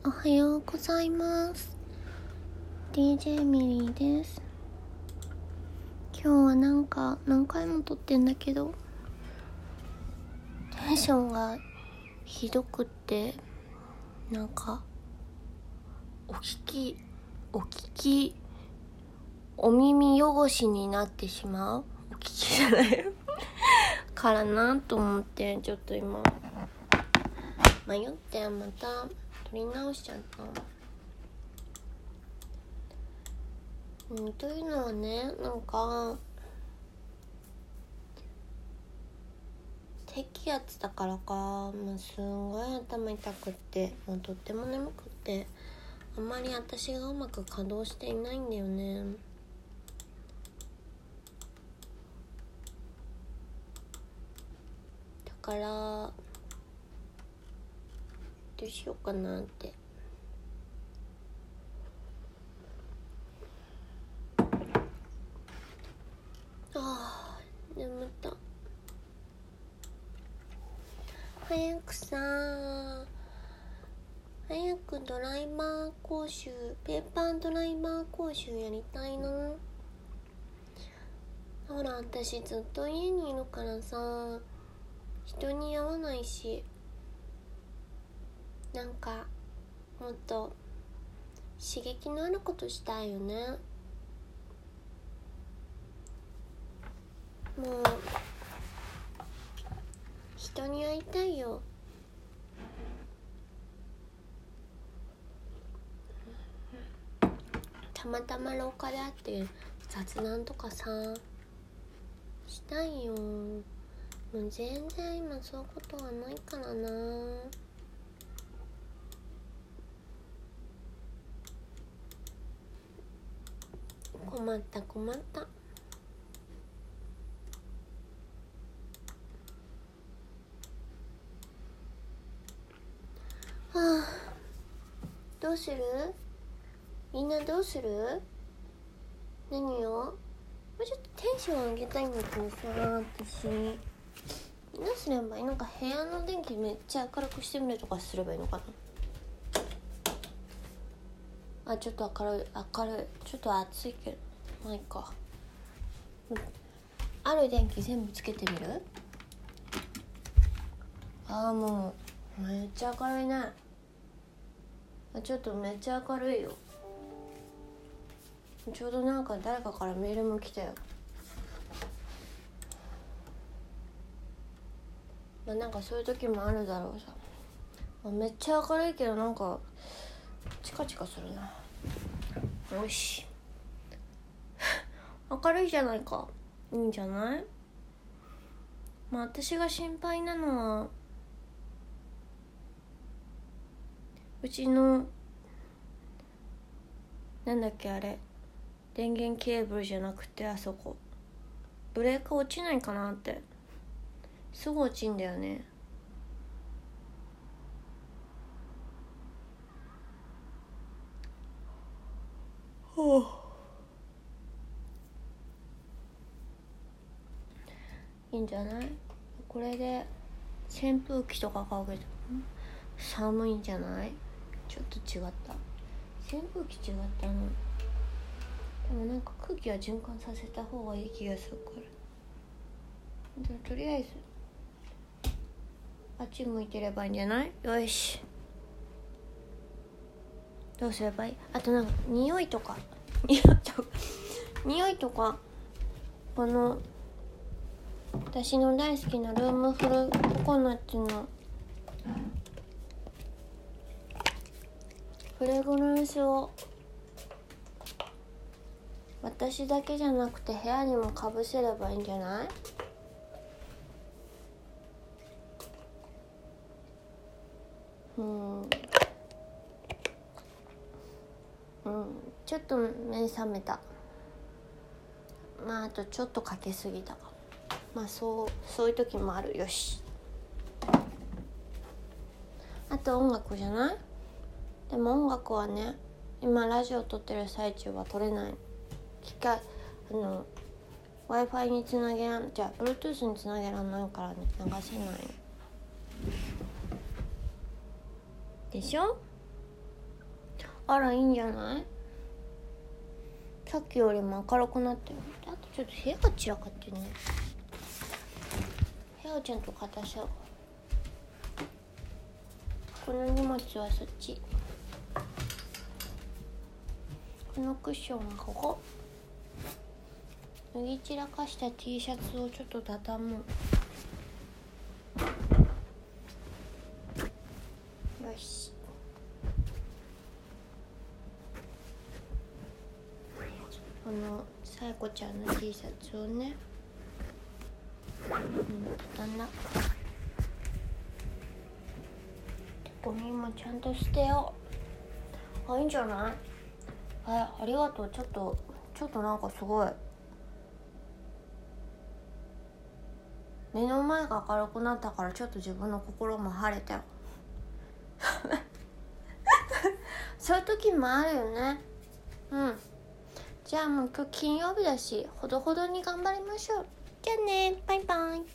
おはようございます。 DJ ミリーです。今日はなんか何回も撮ってんだけどテンションがひどくって、なんかお耳汚しになってしまう、お聞きじゃないからなと思って、ちょっと今迷ってまた撮り直しちゃった。というのはね、なんか低気圧だからか、もうすんごい頭痛くって、もうとっても眠くって、あんまり私がうまく稼働していないんだよね。だからどうしようかなって。眠った。早くドライバー講習、ペーパードライバー講習やりたいな。ほら、私ずっと家にいるからさ、人に会わないし、なんかもっと刺激のあることしたいよね。もう人に会いたいよ。たまたま廊下で会って雑談とかさしたいよ。もう全然今そういうことはないからな。困った。どうする？みんなどうする？何を？もうちょっとテンション上げたいんだけどさ、私どうすればいい？なんか部屋の電気めっちゃ明るくしてみるとかすればいいのかな。ちょっと明るい、ちょっと暑いけどまあいいか。ある電気全部つけてみる？もうめっちゃ明るいね。ちょっとめっちゃ明るいよ。ちょうどなんか誰かからメールも来たよ。なんかそういう時もあるだろうさ。めっちゃ明るいけどなんかチカチカするな。よし明るいじゃないか。いいんじゃない？私が心配なのはうちのなんだっけ、あれ電源ケーブルじゃなくて、あそこブレーカー落ちないかなって。すぐ落ちんだよね。いいんじゃない？これで扇風機とか買うけど寒いんじゃない？ちょっと違った。扇風機違ったの。でもなんか空気は循環させた方がいい気がするから、とりあえずあっち向いてればいいんじゃない？よし、どうすればいい？あとなんか匂いとかこの私の大好きなルームフルココナッツのフレグランスを私だけじゃなくて部屋にもかぶせればいいんじゃない？ちょっと目覚めた。あとちょっとかけすぎた。そういう時もある。よし、あと音楽じゃない？でも音楽はね、今ラジオ撮ってる最中は撮れない。機械Wi-Fi につなげらん、Bluetooth につなげらんないからね、流せないでしょ。 あらいいんじゃない。さっきよりも明るくなってる。あとちょっと部屋が散らかってるね。部屋をちゃんと片しよう。この荷物はそっち。このクッションはここ。脱ぎ散らかした T シャツをちょっと畳む。よし。このさえこちゃんの T シャツをね、畳んだ。ゴミもちゃんと捨てよう。あ、いいんじゃない。ありがとう。ちょっとなんかすごい目の前が明るくなったから、ちょっと自分の心も晴れたよそういう時もあるよね。じゃあもう今日金曜日だし、ほどほどに頑張りましょう。じゃあね、バイバイ。